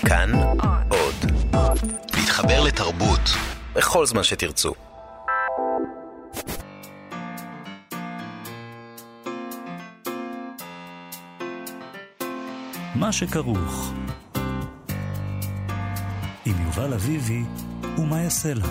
כאן עוד. להתחבר לתרבות בכל זמן שתרצו. מה שכרוך עם יובל אביבי ומה יעשה לה.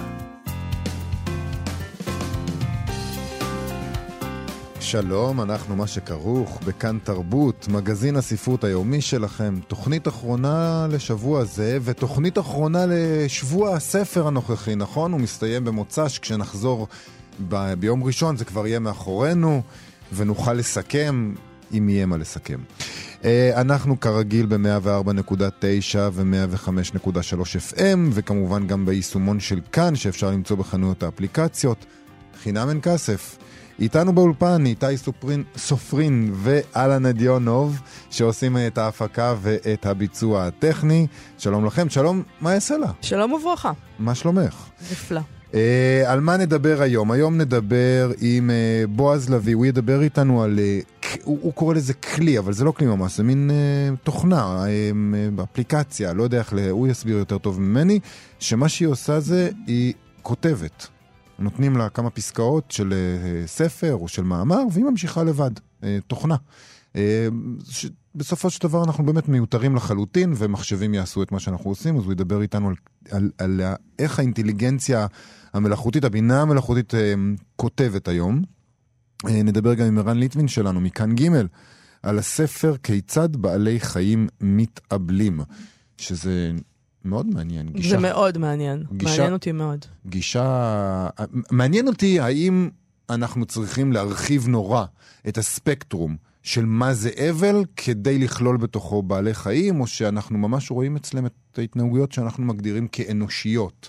שלום, אנחנו מה שכרוך בכאן תרבות, מגזין הספרות היומי שלכם, תוכנית אחרונה לשבוע זה ותוכנית אחרונה לשבוע הספר הנוכחי, נכון? הוא מסתיים במוצ"ש, כשנחזור ביום ראשון זה כבר יהיה מאחורינו ונוכל לסכם אם יהיה מה לסכם. אנחנו כרגיל ב-104.9 ו-105.3 FM וכמובן גם ביישומון של כאן שאפשר למצוא בחנויות האפליקציות. חינם אין כסף. איתנו באולפן איתי סופרין ואלן אדיונוב שעושים את ההפקה ואת הביצוע הטכני. שלום לכם, שלום, מה יעשה לה? שלום וברכה. מה שלומך? נפלא. על מה נדבר היום? היום נדבר עם בועז לוי, הוא ידבר איתנו על, הוא קורא לזה כלי, אבל זה לא כלי ממש, זה מין תוכנה, אפליקציה, לא יודע איך, הוא יסביר יותר טוב ממני, שמה שהיא עושה זה, היא כותבת. נותנים לה כמה פסקאות של ספר או של מאמר, והיא ממשיכה לבד, תוכנה. בסופו של דבר אנחנו באמת מיותרים לחלוטין, ומחשבים יעשו את מה שאנחנו עושים, אז הוא ידבר איתנו על איך האינטליגנציה המלאכותית, הבינה המלאכותית כותבת היום. נדבר גם עם ערן ליטווין שלנו, מכאן ג' על הספר כיצד בעלי חיים מתאבלים, שזה מאוד מעניין. זה מאוד מעניין. מעניין אותי מאוד. מעניין אותי האם אנחנו צריכים להרחיב נורא את הספקטרום של מה זה אבל כדי לכלול בתוכו בעלי חיים, או שאנחנו ממש רואים אצלם את ההתנהגויות שאנחנו מגדירים כאנושיות.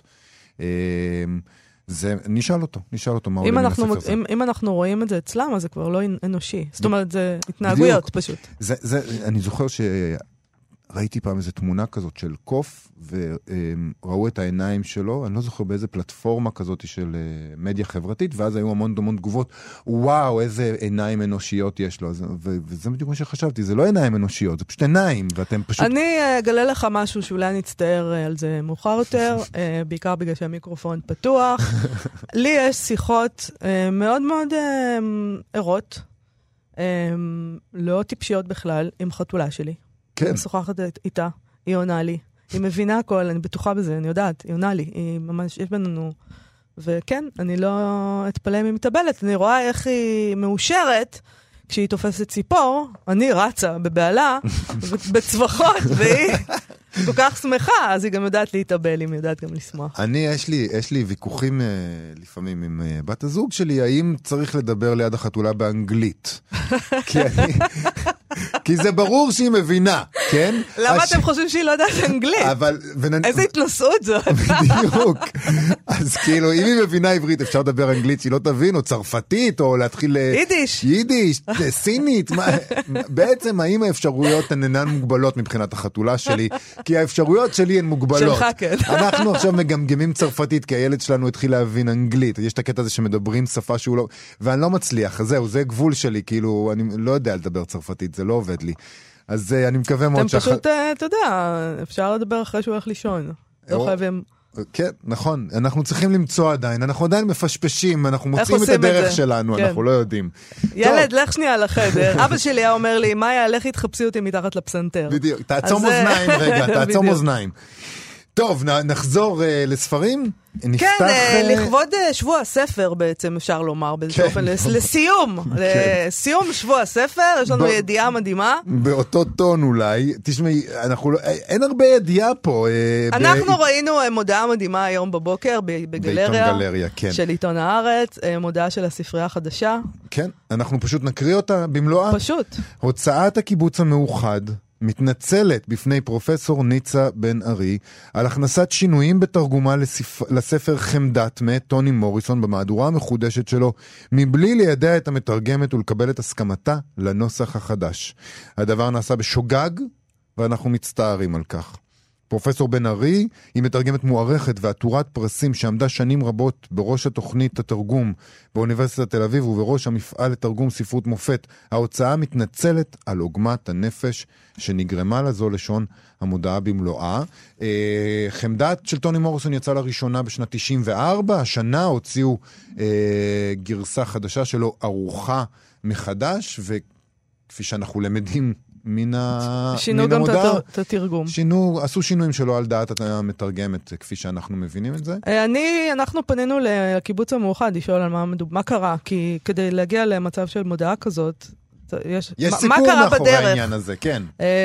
זה, נשאל אותו מה עולה מן הספר הזה. אם אנחנו רואים את זה אצלם, אז זה כבר לא אנושי. זאת אומרת, זה התנהגויות פשוט. אני זוכר ראיתי פעם איזו תמונה כזאת של קוף, וראו את העיניים שלו, אני לא זוכר באיזה פלטפורמה כזאת של מדיה חברתית, ואז היו המון תגובות, וואו, איזה עיניים אנושיות יש לו, וזה בדיוק מה שחשבתי, זה לא עיניים אנושיות, זה פשוט עיניים, ואתם פשוט... אני אגלה לך משהו שאולי נצטער על זה מאוחר יותר, בעיקר בגלל שהמיקרופון פתוח. לי יש שיחות מאוד מאוד ערות, לא טיפשיות בכלל, עם חתולה שלי. כן. אני שוחחת איתה, היא עונה לי. היא מבינה הכל, אני בטוחה בזה, אני יודעת, היא עונה לי. היא ממש, יש בינינו. וכן, אני לא אתפלא אם היא מתאבלת. אני רואה איך היא מאושרת כשהיא תופסת ציפור, אני רצה בבעלה, בצווחות, והיא כל כך שמחה, אז היא גם יודעת להתאבל, היא יודעת גם לשמוח. יש לי ויכוחים לפעמים עם בת הזוג שלי, האם צריך לדבר ליד החתולה באנגלית? כי זה ברור שהיא מבינה, כן? למה אתם חושבים שהיא לא יודעת אנגלית? איזה התנסות זאת? בדיוק. אז כאילו, אם היא מבינה עברית, אפשר לדבר אנגלית שהיא לא תבין, או צרפתית, או להתחיל... יידיש, סינית. בעצם, האם האפשרויות אינן מוגבלות מבחינת החתולה שלי? כי האפשרויות שלי הן מוגבלות. שלך כן. אנחנו עכשיו מגמגמים צרפתית, כי הילד שלנו התחיל להבין אנגלית. יש את הקטע הזה שמדברים שפה שהוא לא... ואני לא מצליח. זהו, זה גבול שלי. כאילו, אני לא יודע לדבר צרפתית, זה לא עובד לי. אז אני מקווה מאוד אתם פשוט, אתה יודע, אפשר לדבר אחרי שהוא הולך לישון. לא חייבים... כן, נכון. אנחנו צריכים למצוא עדיין. אנחנו עדיין מפשפשים, אנחנו מוצאים את הדרך שלנו, אנחנו לא יודעים. ילד, לך שנייה לחדר. אבא שלי היה אומר לי, מאיה, לך התחפשי אותי מתחת לפסנתר. בדיוק, תעצום אוזניים רגע, תעצום אוזניים. טוב, נחזור לספרים. כן, לכבוד שבוע הספר בעצם אפשר לומר באיזה אופן, לסיום שבוע הספר, יש לנו ידיעה מדהימה. באותו טון אולי, תשמעי, אין הרבה ידיעה פה. אנחנו ראינו מודעה מדהימה היום בבוקר בגלריה של עיתון הארץ, מודעה של הספרייה החדשה. כן, אנחנו פשוט נקריא אותה במלואה. פשוט. הוצאת הקיבוץ המאוחד מתנצלת בפני פרופסור ניצה בן ארי על הכנסת שינויים בתרגומה לספר חמדת מאת טוני מוריסון במהדורה המחודשת שלו, מבלי לידע את המתרגמת ולקבל את הסכמתה לנוסח החדש. הדבר נעשה בשוגג, ואנחנו מצטערים על כך. פרופסור בן ארי, היא מתרגמת מוערכת ועטורת פרסים שעמדה שנים רבות בראש התוכנית התרגום באוניברסיטת תל אביב ובראש המפעל לתרגום ספרות מופת. ההוצאה מתנצלת על עוגמת הנפש שנגרמה לזו לשון המודעה במלואה. חמדת של טוני מוריסון יצא לראשונה בשנת 94, השנה הוציאו גרסה חדשה שלו, ערוכה מחדש, וכפי שאנחנו למדים מן המודעה, שינו גם את התרגום. עשו שינויים שלו על דעת המתרגמת, כפי שאנחנו מבינים את זה. אנחנו פנינו לקיבוץ המאוחד לשאול על מה קרה, כי כדי להגיע למצב של מודעה כזאת, יש סיפור מאחורי העניין הזה, כן.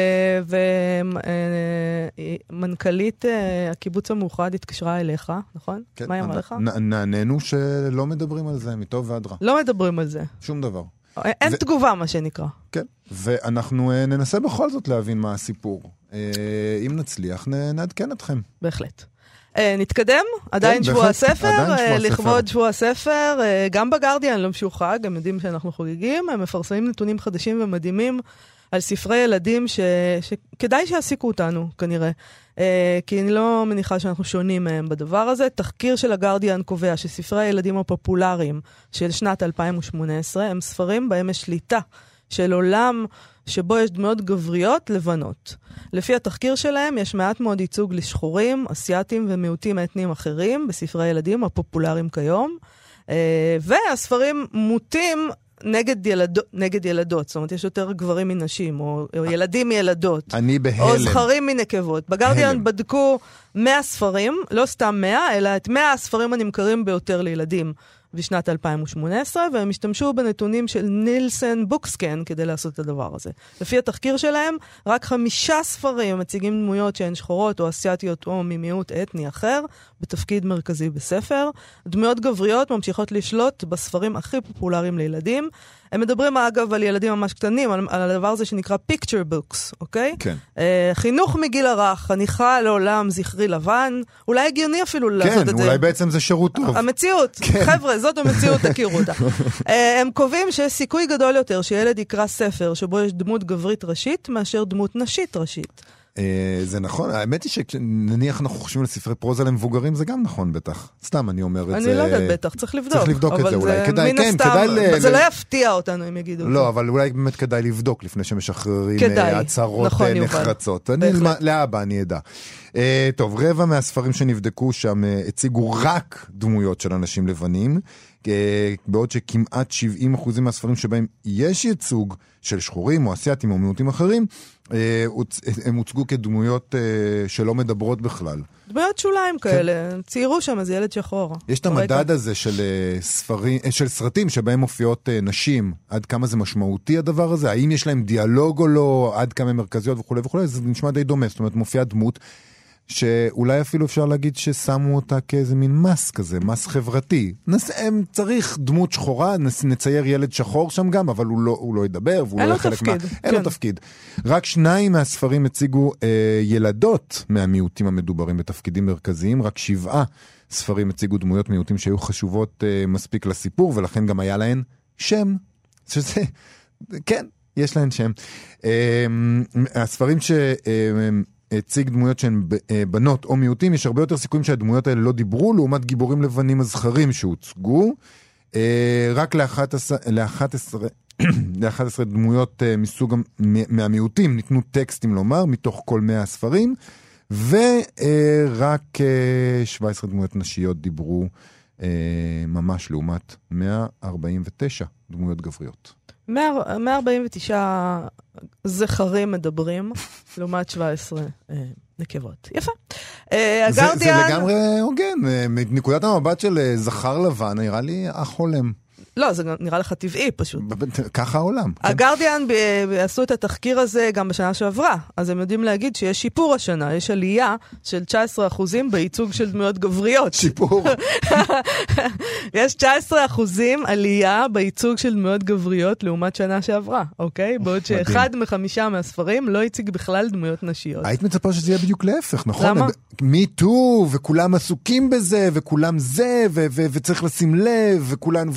ומנכ"לית הקיבוץ המאוחד התקשרה אליך, נכון? מה היא אמרה לך? נענינו שלא מדברים על זה, מטוב ועד רע. לא מדברים על זה. שום דבר. אין תגובה, מה שנקרא. כן, ואנחנו ננסה בכל זאת להבין מה הסיפור. אם נצליח, נעדכן אתכם. בהחלט. נתקדם, עדיין שבוע הספר, לכבוד שבוע הספר, גם בגרדיאן לא משוחג, הם יודעים שאנחנו חוגגים, הם מפרסמים נתונים חדשים ומדהימים על ספרי ילדים שכדאי שיעסיקו אותנו כנראה, כי אני לא מניחה שאנחנו שונים מהם בדבר הזה. תחקיר של הגרדיאן קובע שספרי הילדים הפופולריים של שנת 2018 הם ספרים בהם יש שליטה של עולם שבו יש דמויות גבריות לבנות. לפי התחקיר שלהם יש מעט מאוד ייצוג לשחורים, אסיאטים ומיעוטים אתניים אחרים בספרי הילדים הפופולריים כיום, והספרים מוטים נגד ילדות, זאת אומרת יש יותר גברים מנשים, או ילדים מילדות, או זכרים מנקבות. בגרדיאן בדקו 100 ספרים, לא סתם 100, אלא את 100 הספרים הנמכרים ביותר לילדים בשנת 2018, והם השתמשו בנתונים של נילסן בוקסקן כדי לעשות את הדבר הזה. לפי התחקיר שלהם, רק 5 ספרים מציגים דמויות שהן שחורות או אסיאטיות או ממיעוט אתני אחר, בתפקיד מרכזי בספר. דמויות גבריות ממשיכות לשלוט בספרים הכי פופולריים לילדים. הם מדברים אגב על ילדים ממש קטנים, על הדבר הזה שנקרא picture books, אוקיי? כן. חינוך מגיל הרך, חניכה לעולם זכרי לבן, אולי הגיוני אפילו לעשות את זה. כן, אולי בעצם זה שירות טוב. המציאות, חבר'ה, זאת המציאות, תכירו אותה. הם קובעים שיש סיכוי גדול יותר שילד יקרא ספר שבו יש דמות גברית ראשית, מאשר דמות נשית ראשית. זה נכון, האמת היא שנניח אנחנו חושבים על ספרי פרוזה למבוגרים, זה גם נכון בטח. סתם אני אומר את זה. אני לא יודעת בטח, צריך לבדוק. צריך לבדוק את זה אולי. כדאי, כן, כדאי זה לא יפתיע אותנו אם יגידו. לא, אבל אולי באמת כדאי לבדוק לפני שמשחררים הצהרות נחרצות. להבא אני אדע. טוב, רבע מהספרים שנבדקו שם הציגו רק דמויות של אנשים לבנים, בעוד שכמעט 70% מהספרים שבהם יש ייצוג של שחורים או אסיאטים או מיעוטים אחרים, הם הוצגו כדמויות שלא מדברות בכלל. דמויות שוליים כאלה, ציירו שם איזה ילד שחור. יש את המדד הזה של סרטים שבהם מופיעות נשים, עד כמה זה משמעותי הדבר הזה, האם יש להם דיאלוג או לא, עד כמה מרכזיות וכו' וכו', זה נשמע די דומה, זאת אומרת מופיעה דמות, שאולי אפילו אפשר להגיד ששמו אותה כאיזה מין מס כזה, מס חברתי. צריך דמות שחורה, נצייר ילד שחור שם גם, אבל הוא לא ידבר, והוא לא חלק מה... אין לו תפקיד. רק 2 מהספרים הציגו ילדות מהמיעוטים המדוברים בתפקידים מרכזיים, רק 7 ספרים הציגו דמויות מיעוטים שהיו חשובות מספיק לסיפור, ולכן גם היה להן שם, שזה... כן, יש להן שם. הספרים הציג דמויות שהן בנות או מיעוטים, יש הרבה יותר סיכויים שהדמויות האלה לא דיברו, לעומת גיבורים לבנים הזכרים שהוצגו. רק ל-11 דמויות מסוג מהמיעוטים ניתנו טקסטים לומר, מתוך כל 100 הספרים, ורק 17 דמויות נשיות דיברו ממש, לעומת 149 דמויות גבריות. 149 זכרים מדברים, לעומת 17 נקבות. יפה. זה לגמרי הוגן. מנקודת המבט של זכר לבן, נראה לי החולם. לא, זה נראה לך טבעי פשוט. ככה העולם. הגרדיאן עשו את התחקיר הזה גם בשנה שעברה, אז הם יודעים להגיד שיש שיפור השנה, יש עלייה של 19% בייצוג של דמויות גבריות. שיפור. יש 19% עלייה בייצוג של דמויות גבריות לעומת שנה שעברה, אוקיי? בעוד שאחד מ5 מהספרים לא הציג בכלל דמויות נשיות. היית מצפה שזה יהיה בדיוק להפך, נכון? למה? מיטו, וכולם עסוקים בזה, וכולם זה, וצריך לשים לב, וכולם, ודייברסיטי,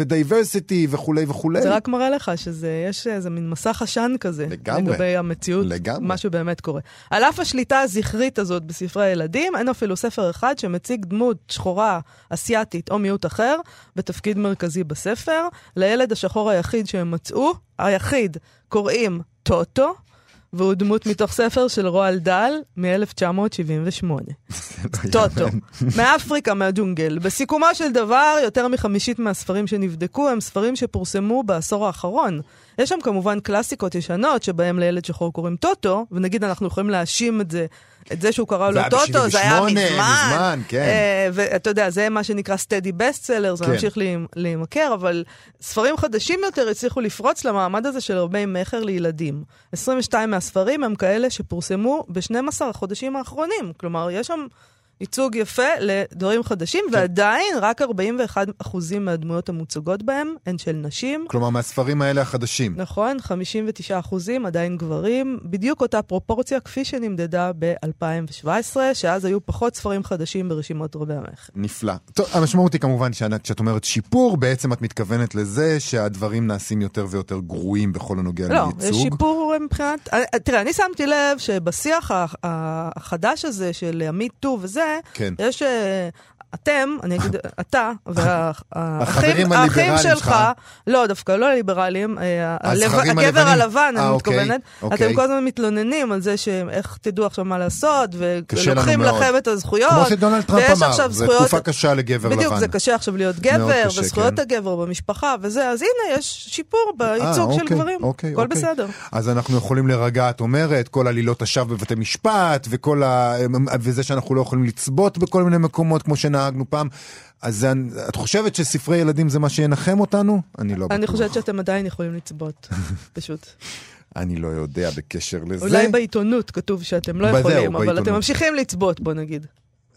diversity וכולי וכולי. זה רק מראה לך שיש איזה מין מסך עשן כזה. לגמרי. לגבי המציאות, לגמרי. מה שבאמת קורה. על אף השליטה הזכרית הזאת בספרי הילדים, אין אפילו ספר אחד שמציג דמות שחורה, אסיאטית או מיעוט אחר, בתפקיד מרכזי בספר. לילד השחור היחיד שהם מצאו, היחיד, קוראים טוטו, והוא דמות מתוך ספר של רועל דל מ-1978. טוטו. מאפריקה, מהג'ונגל. בסיכומו של דבר, יותר מ50% מהספרים שנבדקו הם ספרים שפורסמו בעשור האחרון. יש שם כמובן קלאסיקות ישנות שבהם לילד שחור קוראים טוטו, ונגיד אנחנו יכולים להאשים את זה שהוא קרא לו טוטו, זה היה מזמן, כן. ואתה יודע, זה מה שנקרא סטדי בסטסלר, זה ממשיך להימכר, אבל ספרים חדשים יותר הצליחו לפרוץ למעמד הזה של הרבה מחר לילדים. 22 מהספרים הם כאלה שפורסמו ב-12 החודשים האחרונים, כלומר, יש שם ייצוג יפה לדברים חדשים, ועדיין רק 41% מהדמויות המוצגות בהם הן של נשים. כלומר, מהספרים האלה החדשים. נכון, 59% עדיין גברים, בדיוק אותה פרופורציה כפי שנמדדה ב-2017, שאז היו פחות ספרים חדשים ברשימות רבי המחר. נפלא. טוב, המשמעות היא כמובן שאת אומרת שיפור, בעצם את מתכוונת לזה שהדברים נעשים יותר ויותר גרועים בכל הנוגע לייצוג. לא, יש שיפור מבחינת... תראה, אני שמתי לב שבשיח החדש הזה של עמית טוב וזה, כן. יש, אתם, אני אגיד, אתה והאחים שלך, לא, דווקא לא ליברלים, הגבר הלבן, אני מתכוונת, אתם כל הזמן מתלוננים על זה שאיך תדעו עכשיו מה לעשות, ולוקחים לכם את הזכויות. כמו שדונלד טראמפ אמר, זה תקופה קשה לגבר לבן. בדיוק, זה קשה עכשיו להיות גבר, וזכויות הגבר במשפחה, וזה, אז הנה, יש שיפור בייצוג של גברים. הכל בסדר. אז אנחנו יכולים לרגע, את אומרת, כל עלילות השווא בבתי משפט, וזה שאנחנו לא יכולים לצבות בכל מיני מקומות, כמו שנהגנו פעם. אז את חושבת שספרי ילדים זה מה שינחם אותנו? אני לא בטוח. אני חושבת שאתם עדיין יכולים לצבות, פשוט. אני לא יודע בקשר לזה. אולי בעיתונות כתוב שאתם לא יכולים, אבל אתם ממשיכים לצבות, בוא נגיד.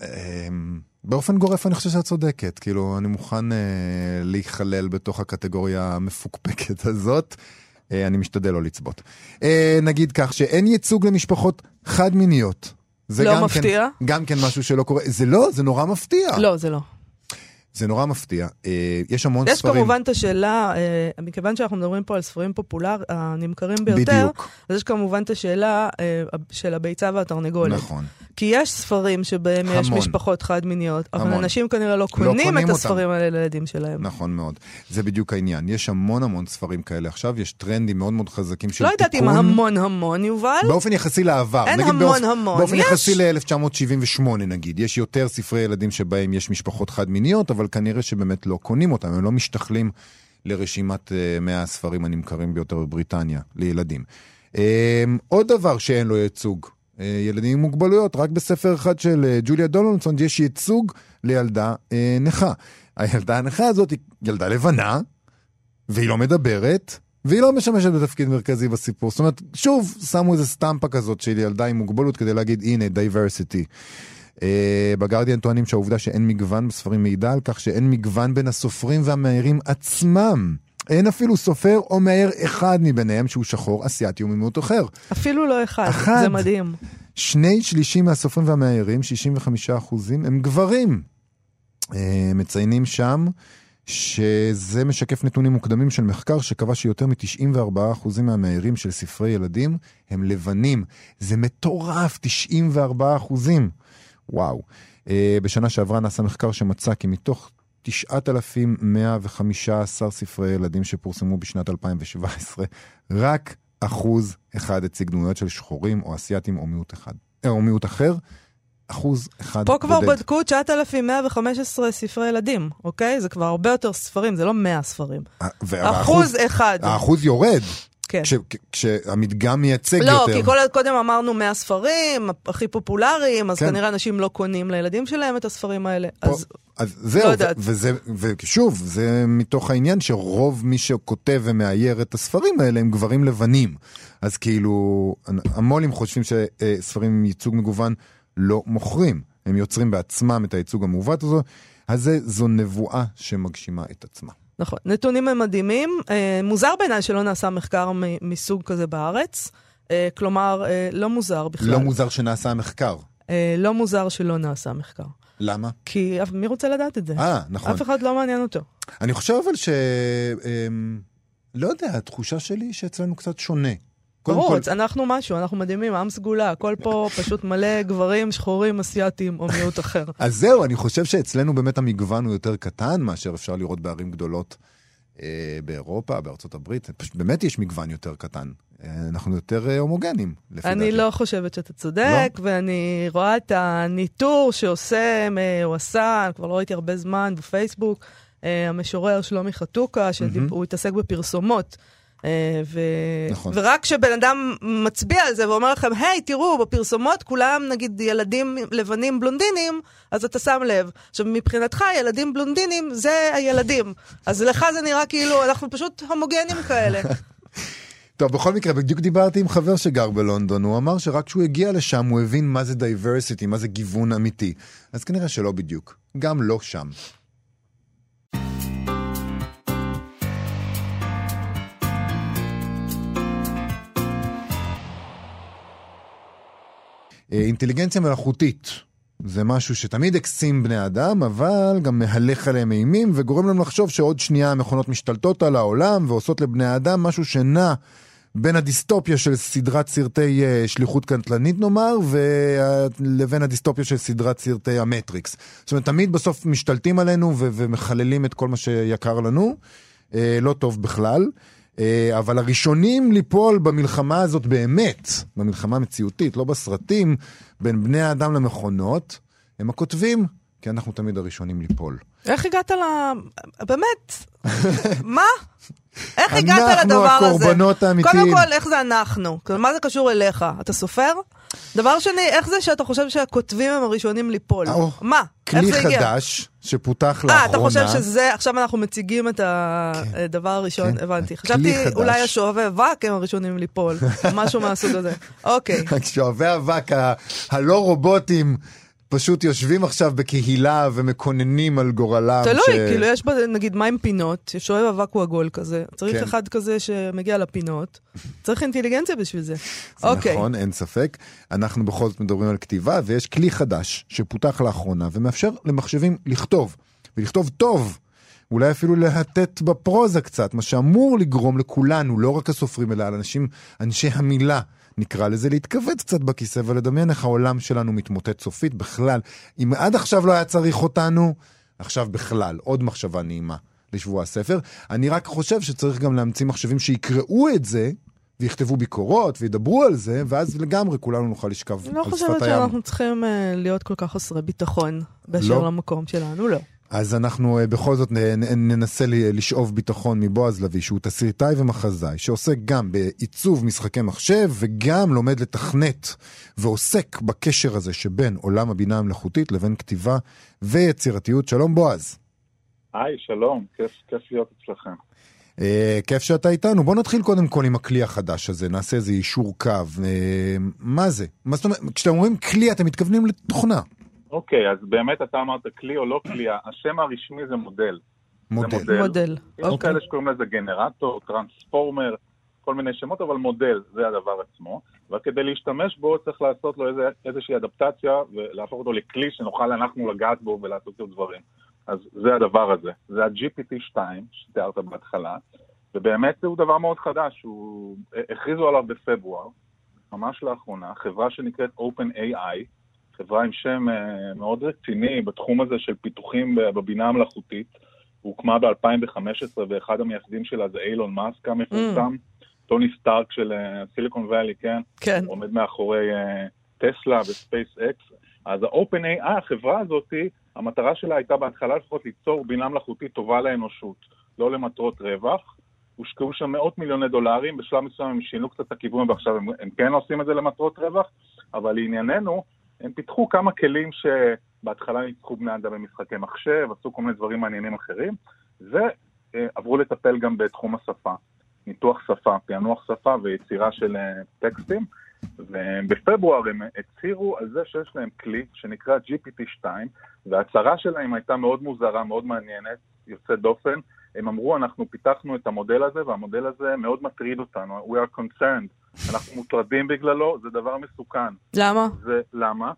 באופן גורף אני חושב שאת צודקת. כאילו, אני מוכן להיכלל בתוך הקטגוריה המפוקפקת הזאת. אני משתדל לא לצבות. נגיד כך, שאין ייצוג למשפחות חד-מיניות. זה לא מפתיע? גם כן משהו שלא קורה. זה לא, זה נורא מפתיע. לא, זה לא. זה נורא מפתיע. יש המון ספרים. יש כמובן את השאלה, מכיוון שאנחנו מדברים פה על ספרים פופולר, הנמכרים ביותר, בדיוק. אז יש כמובן את השאלה של הביצה והתרנגולת. נכון. כי יש ספרים שבהם יש משפחות חד-מיניות, אבל אנשים כנראה לא קונים את הספרים האלה לילדים שלהם. נכון מאוד. זה בדיוק העניין. יש המון ספרים כאלה. עכשיו יש טרנדים מאוד מאוד חזקים של תיקון. לא יודעת אם המון, יובל. באופן יחסי לעבר. אין המון. באופן יחסי ל-1978 נגיד. יש יותר ספרי ילדים שבהם יש משפחות חד-מיניות, אבל כנראה שבאמת לא קונים אותם. הם לא משתכלים לרשימת 100 הספרים הנמכרים ביותר בבריטניה לילדים. עוד דבר שאין לו ייצוג. ילדים עם מוגבלויות, רק בספר אחד של ג'וליה דונלדסון יש ייצוג לילדה נכה. הילדה הנכה הזאת היא ילדה לבנה, והיא לא מדברת, והיא לא משמשת בתפקיד מרכזי בסיפור. זאת אומרת, שוב, שמו איזה סטמפה כזאת של ילדה עם מוגבלות, כדי להגיד, הנה, diversity. בגרדיאן טוענים שהעובדה שאין מגוון בספרים מעידה על כך שאין מגוון בין הסופרים והמאיירים עצמם. אין אפילו סופר או מאייר אחד מביניהם שהוא שחור, אסיאטי או ממיעוט אחר. אפילו לא אחד. זה מדהים. 2/3 מהסופרים והמאיירים, 65%, הם גברים. מציינים שם שזה משקף נתונים מוקדמים של מחקר שקבע שיותר מ-94% מהמאיירים של ספרי ילדים הם לבנים. זה מטורף, 94%. וואו. בשנה שעברה נעשה מחקר שמצא כי מתוך 9,115 ספרי ילדים שפורסמו בשנת 2017, רק 1% הציג דמויות של שחורים או אסיאטים או מיעוט אחר. 1% פה כבר בדקו 9,115 ספרי ילדים, אוקיי? זה כבר הרבה יותר ספרים, זה לא 100 ספרים. 1%. האחוז יורד. כן. כשהמדגם מייצג לא, יותר. כי קודם אמרנו 100 ספרים, הכי פופולריים, אז כנראה אנשים לא קונים לילדים שלהם את הספרים האלה. אז זהו, ושוב, זה מתוך העניין שרוב מי שכותב ומאייר את הספרים האלה הם גברים לבנים. אז כאילו, המולים חושבים שספרים עם ייצוג מגוון לא מוכרים. הם יוצרים בעצמם את הייצוג המעוות הזה. אז זו נבואה שמגשימה את עצמה. נכון. נתונים הם מדהימים. מוזר בעיניי שלא נעשה מחקר מסוג כזה בארץ. כלומר, לא מוזר בכלל. לא מוזר שנעשה מחקר. לא מוזר שלא נעשה מחקר. למה? כי מי רוצה לדעת את זה? נכון. אף אחד לא מעניין אותו. אני חושב אבל לא יודע, התחושה שלי שאצלנו קצת שונה. ברור, אנחנו משהו, אנחנו מדהימים, עם סגולה, הכל פה פשוט מלא גברים, שחורים, אסיאטים או מיעוט אחר. אז זהו, אני חושב שאצלנו באמת המגוון הוא יותר קטן, מאשר אפשר לראות בערים גדולות באירופה, בארצות הברית. באמת יש מגוון יותר קטן. אנחנו יותר הומוגנים. אני לא חושבת שאתה צודק, ואני רואה את הניטור שעושה, הוא עשה, כבר לא ראיתי הרבה זמן בפייסבוק, המשורר שלומי חתוקה, שהוא התעסק בפרסומות, ורק כשבן אדם מצביע על זה ואומר לכם, היי, תראו, בפרסומות כולם, נגיד, ילדים לבנים בלונדינים, אז אתה שם לב. עכשיו, מבחינתך, ילדים בלונדינים זה הילדים. אז לך זה נראה כאילו, אנחנו פשוט הומוגנים כאלה. טוב, בכל מקרה, בדיוק דיברתי עם חבר שגר בלונדון, הוא אמר שרק כשהוא הגיע לשם, הוא הבין מה זה diversity, מה זה גיוון אמיתי. אז כנראה שלא בדיוק. גם לא שם. אינטליגנציה מלאכותית זה משהו שתמיד הקסים בני אדם, אבל גם מהלך עליהם אימים וגורם להם לחשוב שעוד שנייה המכונות משתלטות על העולם ועושות לבני האדם משהו שנע בין הדיסטופיה של סדרת סרטי שליחות קטלנית נאמר, לבין הדיסטופיה של סדרת סרטי המטריקס. זאת אומרת, תמיד בסוף משתלטים עלינו ומחללים את כל מה שיקר לנו, לא טוב בכלל. אבל הראשונים ליפול במלחמה הזאת באמת, במלחמה המציאותית, לא בסרטים, בין בני האדם למכונות, הם הכותבים, כי אנחנו תמיד הראשונים ליפול. איך הגעת באמת? מה? איך הגעת לדבר הזה? אנחנו הקורבנות האמיתיים. קודם כל, איך זה אנחנו? מה זה קשור אליך? אתה סופר? דבר שני, איך זה שאתה חושב שהכותבים הם הראשונים ליפול? מה? כלי חדש שפותח לאחרונה. אתה חושב שזה, עכשיו אנחנו מציגים את הדבר הראשון, הבנתי. חשבתי אולי השואבי אבק הם הראשונים ליפול, משהו מהסוג הזה. אוקיי. שואבי אבק, הלא רובוטים, פשוט יושבים עכשיו בקהילה ומקוננים על גורלם. תלוי, כאילו יש נגיד מים פינות, שואב אבק הוא עגול כזה, צריך אחד כזה שמגיע לפינות, צריך אינטליגנציה בשביל זה. נכון, אין ספק. אנחנו בכל זאת מדברים על כתיבה, ויש כלי חדש שפותח לאחרונה, ומאפשר למחשבים לכתוב, ולכתוב טוב, אולי אפילו להטט בפרוזה קצת, מה שאמור לגרום לכולנו, לא רק הסופרים, אלא לאנשים, אנשי המילה, נקרא לזה, להתכווץ קצת בכיסא ולדמיין איך העולם שלנו מתמוטט סופית בכלל. אם עד עכשיו לא היה צריך אותנו, עכשיו בכלל, עוד מחשבה נעימה לשבוע הספר. אני רק חושב שצריך גם להמציא מחשבים שיקראו את זה, ויכתבו ביקורות, וידברו על זה, ואז לגמרי כולנו נוכל לשכב על שפת הים. לא חושבת שאנחנו צריכים להיות כל כך חסרי ביטחון באשר למקום שלנו, לא. אז אנחנו בכל זאת ננסה לשאוב ביטחון מבועז לוי, שהוא תסריטאי ומחזאי, שעוסק גם בעיצוב משחקי מחשב, וגם לומד לתכנת, ועוסק בקשר הזה שבין עולם הבינה המלאכותית לבין כתיבה ויצירתיות. שלום בועז. היי, שלום, כיף להיות אצלכם. כיף שאתה איתנו. בוא נתחיל קודם כל עם הכלי החדש הזה, נעשה איזה אישור קו. מה זה? מה זאת אומרת, כשאתם אומרים כלי, אתם מתכוונים לתוכנה. אוקיי, אז באמת אתה אמרת כלי או לא כלי, השם הרשמי זה מודל. מודל. יש כאלה שקוראים לזה גנרטור, טרנספורמר, כל מיני שמות, אבל מודל זה הדבר עצמו, וכדי להשתמש בו צריך לעשות לו איזושהי אדפטציה, ולהפוך אותו לכלי שנוכל אנחנו לגעת בו ולעשות לו דברים. אז זה הדבר הזה. זה ה-GPT-2 שתיארת בהתחלה, ובאמת הוא דבר מאוד חדש, הכריזו עליו בפברואר, ממש לאחרונה, חברה שנקראת OpenAI, חברה עם שם מאוד רציני בתחום הזה של פיתוחים בבינה המלאכותית, הוא הוקמה ב-2015, ואחד המייסדים שלה זה אילון מאסק המפורסם, טוני סטארק של סיליקון ואלי, כן? הוא עומד מאחורי טסלה וספייס אקס. אז ה-OpenAI, החברה הזאת, המטרה שלה הייתה בהתחלה לפחות ליצור בינה מלאכותית טובה לאנושות, לא למטרות רווח. הושקעו שם מאות מיליוני דולרים, בשלב מסוים הם שינו קצת את הכיוון, ועכשיו הם כן עושים את זה למטרות רווח, אבל לענייננו, הם פיתחו כמה כלים שבהתחלה ניצחו בני אדם במשחקי מחשב, עשו כל מיני דברים מעניינים אחרים, ועברו לטפל גם בתחום השפה, ניתוח שפה, פענוח שפה ויצירה של טקסטים, ובפברואר הם הצהירו על זה שיש להם כלי שנקרא GPT-2, וההצהרה שלהם הייתה מאוד מוזרה, מאוד מעניינת, יוצאת דופן. הם אמרו, אנחנו פיתחנו את המודל הזה, והמודל הזה מאוד מטריד אותנו, we are concerned, אנחנו מוטרדים בגללו, זה דבר מסוכן. למה? למה?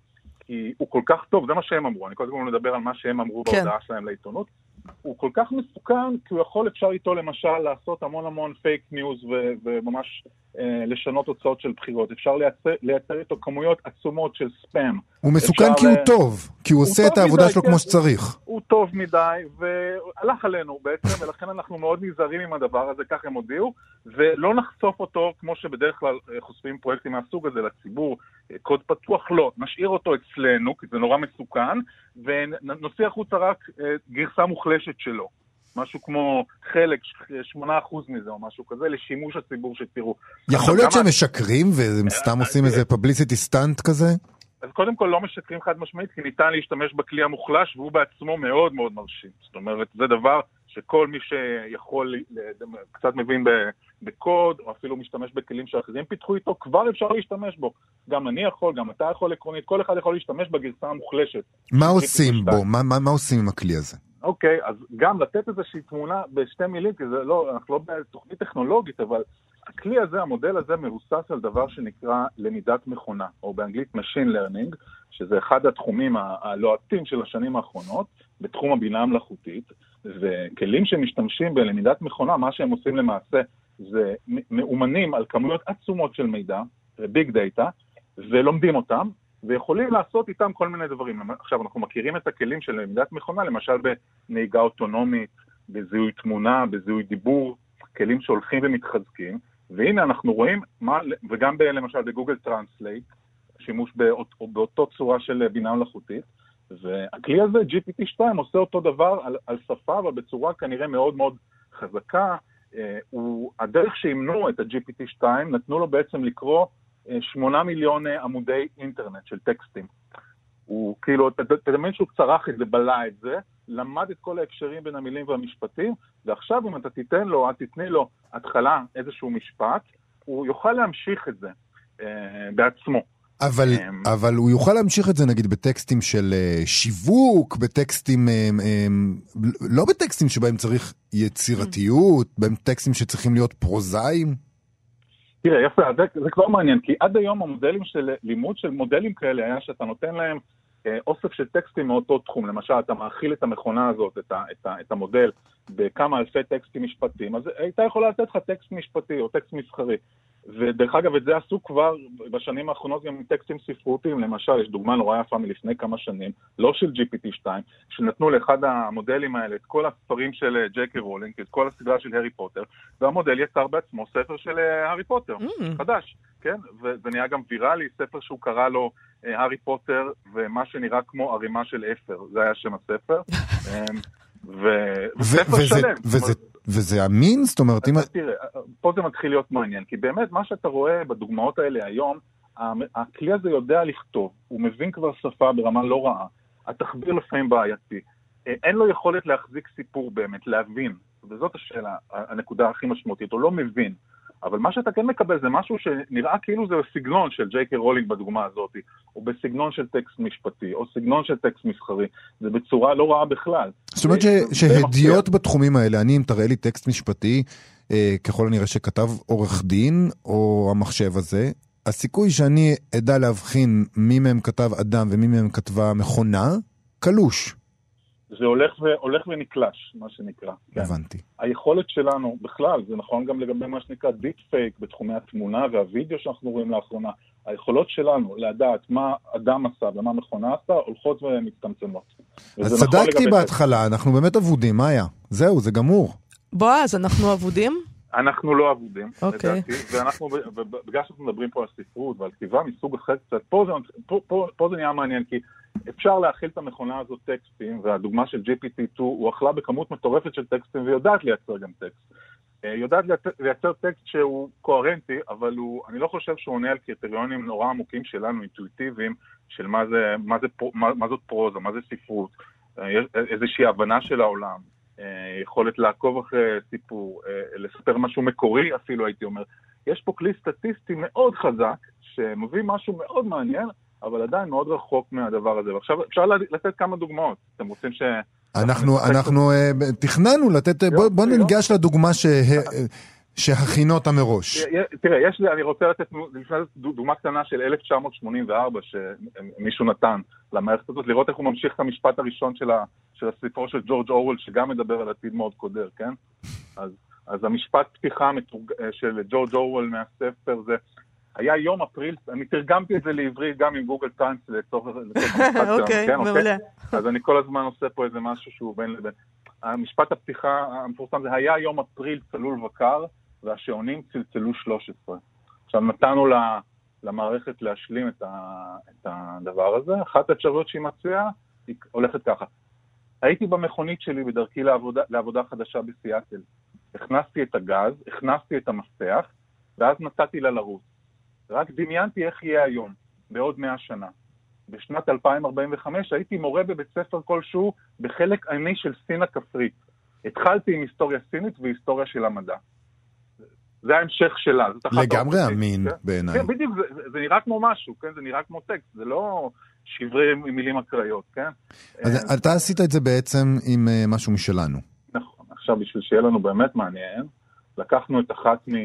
כי הוא כל כך טוב, זה מה שהם אמרו, אני קודם כל מדבר על מה שהם אמרו בהודעה שלהם לעיתונות, הוא כל כך מסוכן, כי הוא יכול אפשר איתו למשל לעשות המון פייק ניוז וממש לשנות תוצאות של בחירות. אפשר לייצר איתו כמויות עצומות של ספאם. הוא מסוכן כי הוא טוב, כי הוא עושה את העבודה שלו כמו שצריך. הוא טוב מדי, והלך עלינו בעצם, ולכן אנחנו מאוד נזהרים עם הדבר הזה, כך הם הודיעו, ולא נחשוף אותו כמו שבדרך כלל חושפים פרויקטים מהסוג הזה לציבור, קוד פתוח לא, נשאיר אותו אצלנו, כי זה נורא מסוכן, ונוציא החוצה רק גרסה מוחלשת שלו. משהו כמו חלק, 8% מזה או משהו כזה, לשימוש הציבור שתראו. יכול להיות שהם משקרים והם סתם עושים איזה publicity stunt כזה? אז קודם כל לא משקרים חד משמעית, כי ניתן להשתמש בכלי המוחלש, והוא בעצמו מאוד מאוד מרשים. זאת אומרת, זה דבר שכל מי שיכול, קצת מבין בקוד, או אפילו משתמש בכלים שאחרים פיתחו איתו, כבר אפשר להשתמש בו. גם אני יכול, גם אתה יכול עקרונית, כל אחד יכול להשתמש בגרסה המוחלשת. מה עושים בו? מה עושים עם הכלי הזה? אוקיי, אז גם לתת איזושהי תמונה בשתי מילים, כי זה לא, אנחנו לא בתוכנית טכנולוגית, אבל הכלי הזה, המודל הזה מבוסס על דבר שנקרא למידת מכונה, או באנגלית Machine Learning, שזה אחד התחומים הלוהטים של השנים האחרונות, בתחום הבינה המלאכותית, וכלים שמשתמשים בלמידת מכונה, מה שהם עושים למעשה, זה מאומנים על כמויות עצומות של מידע, ביג דאטה, ולומדים אותם, ויכולים לעשות איתם כל מיני דברים. עכשיו, אנחנו מכירים את הכלים של למידת מכונה, למשל בנהיגה אוטונומית, בזיהוי תמונה, בזיהוי דיבור, כלים שהולכים ומתחזקים, והנה אנחנו רואים, וגם למשל בגוגל טרנסלייט, שימוש באותו צורה של בינה מלאכותית, והכלי הזה, GPT-2, עושה אותו דבר על שפה, אבל בצורה כנראה מאוד מאוד חזקה. הדרך שימנו את ה-GPT-2, נתנו לו בעצם לקרוא 8 מיליון עמודי אינטרנט של טקסטים. הוא כאילו, תדמיין שהוא צרח את זה, בלע את זה, למד את כל ההקשרים בין המילים והמשפטים, ועכשיו אם אתה תיתן לו, תתני לו התחלה איזשהו משפט, הוא יוכל להמשיך את זה בעצמו. אבל הוא יוכל להמשיך את זה נגיד בטקסטים של שיווק, בטקסטים, לא בטקסטים שבהם צריך יצירתיות, בהם טקסטים שצריכים להיות פרוזאיים? תראה, יפה, זה כבר מעניין, כי עד היום המודלים של לימוד של מודלים כאלה היה שאתה נותן להם אוסף של טקסטים מאותו תחום, למשל אתה מאכיל את המכונה הזאת, את המודל, בכמה אלפי טקסטים משפטיים, אז הייתה יכולה לתת לך טקסט משפטי או טקסט מסחרי, ודרך אגב את זה עשו כבר בשנים האחרונות גם עם טקסטים ספרותיים, למשל יש דוגמה נורא יפה מלפני כמה שנים, לא של GPT-2, שנתנו לאחד המודלים האלה את כל הספרים של ג'יי.קיי רולינג, את כל הסדרה של הארי פוטר, והמודל יצר בעצמו ספר של הארי פוטר, חדש, כן? וזה נהיה גם ויראלי, ספר שהוא קרא לו הארי פוטר, ומה שנראה כמו ערימה של אפר, זה היה שם הספר, וספר שלם. וזה אמין? זאת אומרת, תראה, פה זה מתחיל להיות מעניין, כי באמת מה שאתה רואה בדוגמאות האלה היום, הכלי הזה יודע לכתוב, הוא מבין כבר שפה ברמה לא רעה, התחביר לפעמים בעייתי, אין לו יכולת להחזיק סיפור באמת, להבין, וזאת השאלה, הנקודה הכי משמעותית, הוא לא מבין, אבל מה שאתה כן מקבל זה משהו שנראה כאילו זה סגנון של ג'יי.קיי רולינג בדוגמה הזאת, או בסגנון של טקסט משפטי, או סגנון של טקסט מסחרי, זה בצורה לא רעה בכלל. זאת אומרת שהדיוט בתחומים האלה, אם תראה לי טקסט משפטי, ככל הנראה שכתב עורך דין, או המחשב הזה, הסיכוי שאני אדע להבחין מי מהם כתב אדם ומי מהם כתבה מכונה, קלוש. זה הולך ונקלש, מה שנקרא. הבנתי. היכולת שלנו, בכלל, זה נכון גם לגבי מה שנקרא דיפ פייק בתחומי התמונה והווידאו שאנחנו רואים לאחרונה, היכולות שלנו לדעת מה אדם עשה ומה מכונה עשה, הולכות ומצטמצמות. אז צדקתי בהתחלה, אנחנו באמת עבודים, מה היה? זהו, זה גמור. בועז, אנחנו עבודים? אנחנו לא עבודים, לדעתי, ואנחנו, בגלל שאנחנו מדברים פה על ספרות ועל כתיבה מסוג אחר קצת, פה זה נהיה מעניין, כי אפשר להכיל את המכונה הזאת טקסטים, והדוגמה של GPT-2 הוא אכלה בכמות מטורפת של טקסטים, ויודעת לייצר גם טקסט. יודעת לייצר טקסט שהוא קוהרנטי, אבל אני לא חושב שהוא עונה על קריטריונים נורא עמוקים שלנו, אינטואיטיביים, של מה זאת פרוזה, מה זה ספרות, איזושהי הבנה של העולם. יכולת לעקוב אחרי סיפור, לספר משהו מקורי אפילו הייתי אומר. יש פה כלי סטטיסטי מאוד חזק, שמביא משהו מאוד מעניין, אבל עדיין מאוד רחוק מהדבר הזה. ועכשיו אפשר לתת כמה דוגמאות. אתם רוצים ש... אנחנו תכננו לתת, בוא ניגש לדוגמה שהכינו אותה מראש. תראה, אני רוצה לתת דוגמה קטנה של 1984, שמישהו נתן למערכת הזאת, לראות איך הוא ממשיך את המשפט הראשון של הספר של ג'ורג' אורוול, שגם מדבר על עתיד מאוד קודר, כן? אז המשפט פתיחה של ג'ורג' אורוול מהספר זה, היה יום אפריל, אני תרגמתי את זה לעברית גם עם גוגל טרנסלייט לצורך המשפט שלנו. אוקיי, מעולה. אז אני כל הזמן עושה פה איזה משהו שהוא בין לבין. המשפט הפתיחה המפורסם זה, היה יום אפריל צלול וקר, והשעונים צלצלו 13. עכשיו נתנו למערכת להשלים את הדבר הזה. אחת האפשרויות שהיא מציעה, היא הולכת ככה. הייתי במכונית שלי בדרכי לעבודה חדשה בסיאטל. הכנסתי את הגז, הכנסתי את המפתח, ואז נתתי לה לרוץ. רק דמיינתי איך יהיה היום, בעוד 100 שנה. בשנת 2045 הייתי מורה בבית ספר כלשהו בחלק עיני של סין הכפרית. התחלתי עם היסטוריה סינית והיסטוריה של המדע. זה ההמשך שלה. לגמרי אמין בעיניי. בדיוק, זה נראה כמו משהו, כן? זה נראה כמו טקסט, זה לא שברי מילים אקראיות, כן? אז אתה עשית את זה בעצם עם משהו משלנו. נכון, עכשיו בשביל שיהיה לנו באמת מעניין, לקחנו את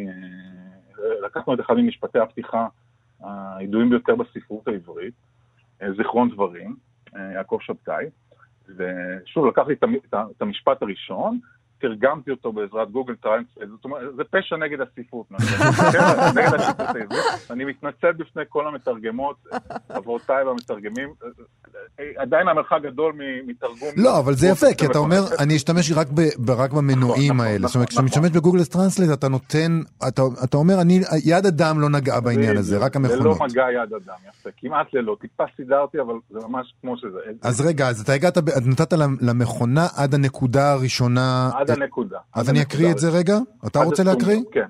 אחד ממשפטי הפתיחה הידועים ביותר בספרות העברית, זיכרון דברים, יעקב שבתאי, ושוב לקחתי את המשפט הראשון, תרגמתי אותו בעזרת גוגל טרנסלייט, זאת אומרת, זה פשע נגד הספרות, נגד הספרות העברית. אני מתנצל בפני כל המתרגמות, עברותיי והמתרגמים, עדיין המרחק גדול מתרגום. לא, אבל זה יפה, כי אתה אומר, אני אשתמש רק במנועים האלה. זאת אומרת, כשאתה משתמש בגוגל טרנסלייט, אתה נותן, אתה אומר, יד אדם לא נגעה בעניין הזה, רק המכונות. זה לא מגע יד אדם, יפה, כמעט ללא, טיפה סידרתי, אבל זה ממש כמו שזה. אז רגע, אז אתה נתת למכונה עד הנקודה הראשונה. עד הנקודה. אז אני אקריא את זה רגע? אתה רוצה להקריא? כן.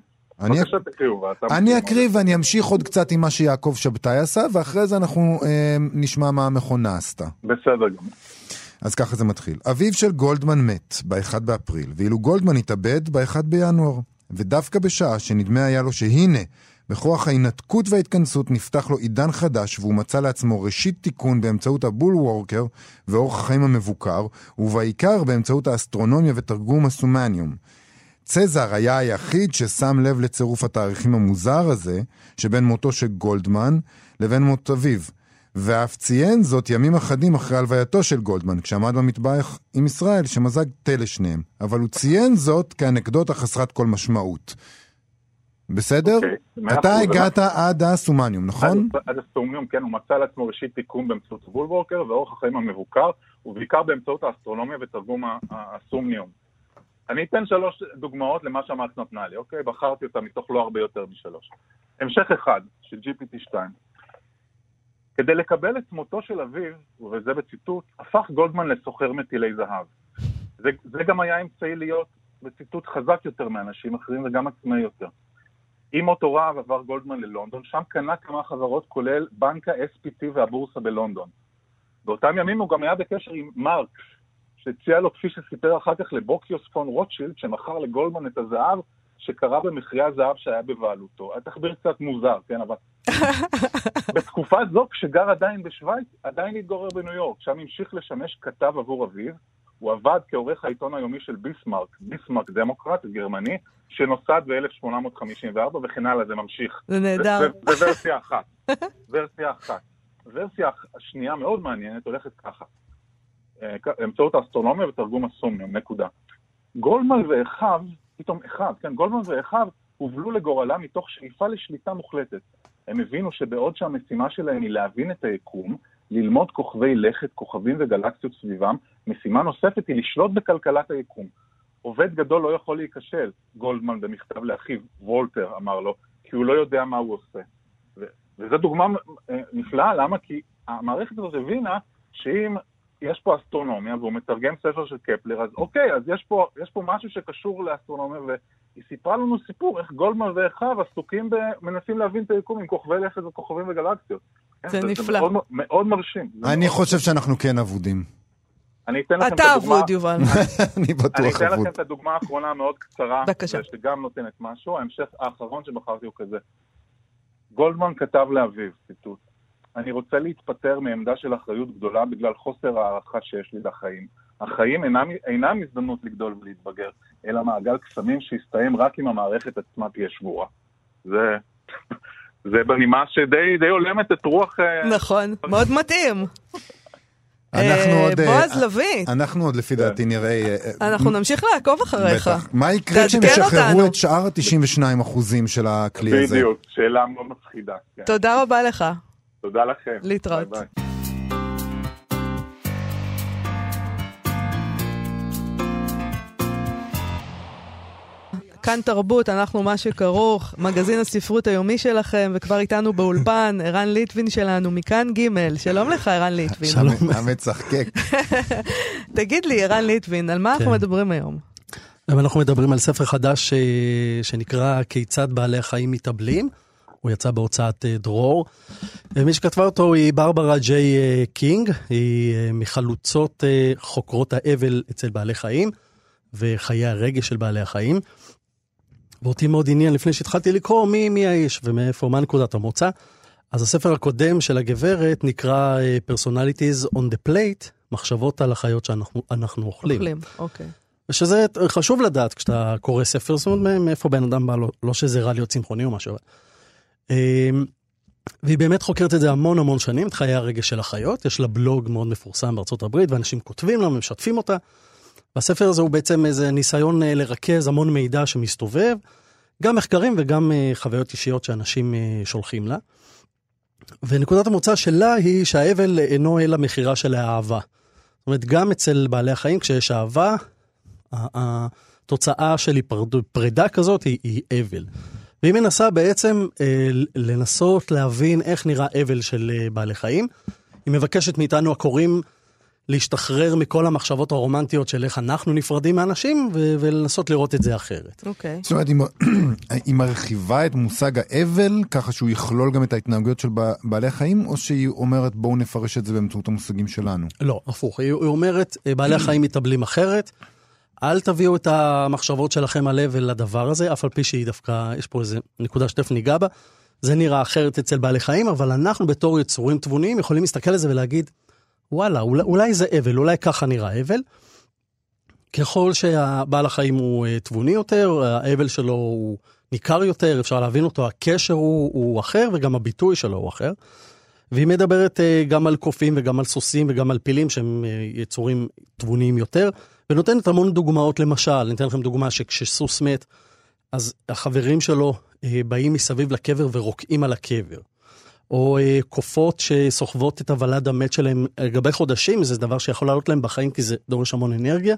אני אקריא ואני אמשיך עוד קצת עם מה שיעקב שבתאי עשה, ואחרי זה אנחנו נשמע מה המכונה עשתה. בסדר גם. אז ככה זה מתחיל. אביו של גולדמן מת ב-1 באפריל, ואילו גולדמן התאבד ב-1 בינואר. ודווקא בשעה שנדמה היה לו שהנה, בכוח ההינתקות וההתכנסות נפתח לו עידן חדש, והוא מצא לעצמו ראשית תיקון באמצעות הבול וורקר ואורח החיים המבוקר, ובעיקר באמצעות האסטרונומיה ותרגום הסומניום. צזר היה היחיד ששם לב לצירוף התאריכים המוזר הזה, שבין מותו של גולדמן לבין מות אביו, ואף ציין זאת ימים אחדים אחרי הלווייתו של גולדמן, כשעמד במטבח עם ישראל שמזג תה לשניהם. אבל הוא ציין זאת כאנקדוטה חסרת כל משמעות. בסדר? אתה הגעת עד הסומניום, נכון? עד הסומניום, כן, הוא מצא לעצמו ראשית תיקון באמצעות הבול וורקר ואורח החיים המבוקר, ובעיקר באמצעות האסטרונומיה ותרגום הסומניום. אני אתן 3 דוגמאות למה שהמערכת נתנה לי, אוקיי? בחרתי אותה מתוך לא הרבה יותר מ3. המשך אחד של GPT-2. כדי לקבל את מותו של אביו, וזה בציטוט, הפך גולדמן לסוחר מטילי זהב. זה גם היה אמצעי להיות בציטוט חזק יותר מאנשים אחרים וגם עצמאי יותר. עם מות הוריו עבר גולדמן ללונדון, שם קנה כמה חברות כולל בנק ה-SPT והבורסה בלונדון. באותם ימים הוא גם היה בקשר עם מרקס, שהציע לו כפי שסיפר אחר כך לבוקיוס פון רוטשילד, שמכר לגולדמן את הזהב שקרה במחירי הזהב שהיה בבעלותו. התחביר קצת מוזר, כן, אבל... בתקופה זו, כשגר עדיין בשוויץ, עדיין התגורר בניו יורק, שם המשיך לשמש כתב עבור אביו, הוא עבד כעורך העיתון היומי של ביסמרק דמוקרט, גרמני, שנוסד ב-1854, וכן הלאה, זה ממשיך. זה נהדר. זה ורסיה אחת. ורסיה השנייה מאוד מעניינת, הולכת ככה. באמצעות האסטרונומיה ותרגום הסומניום, נקודה. גולדמן ואחיו הובלו לגורלה מתוך שאיפה לשליטה מוחלטת. הם הבינו שבעוד שהמשימה שלהם היא להבין את היקום, ללמוד כוכבי לכת, כוכבים וגלקסיות סביבם, משימה נוספת היא לשלוט בכלכלת היקום. עובד גדול לא יכול להיכשל, גולדמן במכתב לאחיו, וולטר אמר לו, כי הוא לא יודע מה הוא עושה. וזו דוגמה נפלאה, למה? כי המערכת הזאת הבינה שאם יש פה אסטרונומיה, והוא מתרגם ספר של קפלר, אז אוקיי, אז יש פה משהו שקשור לאסטרונומיה, והיא סיפרה לנו סיפור, איך גולדמן ואחיו עסוקים מנסים להבין את היקום עם כוכבי לכת וכוכבים וגלקסיות. זה נפלא. זה מאוד מרשים. אני חושב שאנחנו כן אבודים. אתה אבוד, יובל. אני בטוח אבוד. אני אתן לכם את הדוגמה האחרונה מאוד קצרה, שגם נותנת משהו. ההמשך האחרון שבחרתי הוא כזה. גולדמן כתב לאביו, ציטוט, אני רוצה להתפטר מעמדה של אחריות גדולה בגלל חוסר הערכה שיש לי לחיים. החיים אינם הזדמנות לגדול ולהתבגר, אלא מעגל קסמים שיסתיים רק אם המערכת עצמה תהיה שבורה. זה בנימה שדי הולמת את רוח... נכון, מאוד מתאים. בועז לוי. אנחנו עוד לפי דעתי נראה... אנחנו נמשיך לעקוב אחריך. מה יקרה כשהם ישחררו את שאר 92% של הכלי הזה? בדיוק, שאלה מאוד מפחידה. תודה רבה לך. תודה לכם. להתראות. ביי ביי. כאן תרבות, אנחנו מה שכרוך, מגזין הספרות היומי שלכם, וכבר איתנו באולפן, ערן ליטבין שלנו, מכאן ג' שלום לך, ערן ליטבין. שלום. המצחקק. תגיד לי, ערן ליטבין, על מה אנחנו מדברים היום? אנחנו מדברים על ספר חדש שנקרא כיצד בעלי החיים מתאבלים, הוא יצא בהוצאת דרור, ומי שכתבה אותו היא ברברה ג'יי קינג, היא מחלוצות חוקרות האבל אצל בעלי חיים, וחיי הרגש של בעלי החיים. ואותי מאוד עניין, לפני שהתחלתי לקרוא מי האיש ומאיפה, מה נקודת המוצא. אז הספר הקודם של הגברת נקרא Personalities on the Plate, מחשבות על החיות שאנחנו אוכלים. אוקיי. ושזה חשוב לדעת כשאתה קורא ספר, זאת אומרת, מאיפה בן אדם בא, לא שזה רע להיות צמחוני או משהו. והיא באמת חוקרת את זה המון שנים, את חיי הרגש של החיות. יש לה בלוג מאוד מפורסם בארצות הברית, ואנשים כותבים לה, משתפים אותה. והספר הזה הוא בעצם איזה ניסיון לרכז המון מידע שמסתובב, גם מחקרים וגם חוויות אישיות שאנשים שולחים לה. ונקודת המוצא שלה היא שהאבל אינו אלא מחירה של האהבה. זאת אומרת, גם אצל בעלי החיים, כשיש אהבה, התוצאה של פרידה כזאת היא אבל. והיא מנסה בעצם לנסות להבין איך נראה אבל של בעלי חיים. היא מבקשת מאיתנו הקוראים להשתחרר מכל המחשבות הרומנטיות של איך אנחנו נפרדים מאנשים, ולנסות לראות את זה אחרת. אוקיי. זאת אומרת, היא מרחיבה את מושג האבל, ככה שהוא יכלול גם את ההתנהגויות של בעלי החיים, או שהיא אומרת, בואו נפרש את זה באמצעות המושגים שלנו? לא, הפוך. היא אומרת, בעלי החיים מתאבלים אחרת, אל תביאו את המחשבות שלכם על אבל לדבר הזה, אף על פי שהיא דווקא, יש פה איזה נקודה שתף ניגע בה, זה נראה אחרת אצל בעלי חיים, אבל אנחנו בתור יצורים תבוניים יכולים להסתכל על זה ולהגיד, וואלה, אולי זה אבל, אולי ככה נראה אבל. ככל שהבעל החיים הוא תבוני יותר, האבל שלו הוא ניכר יותר, אפשר להבין אותו, הקשר הוא אחר, וגם הביטוי שלו הוא אחר. והיא מדברת גם על קופים וגם על סוסים וגם על פילים שהם יצורים תבוניים יותר, ונותנת המון דוגמאות. למשל, אני אתן לכם דוגמה שכשסוס מת, אז החברים שלו באים מסביב לקבר ורוקעים על הקבר. או קופות שסוחבות את הוולד המת שלהם לגבי חודשים, זה דבר שיכול לעלות להם בחיים, כי זה דורש המון אנרגיה.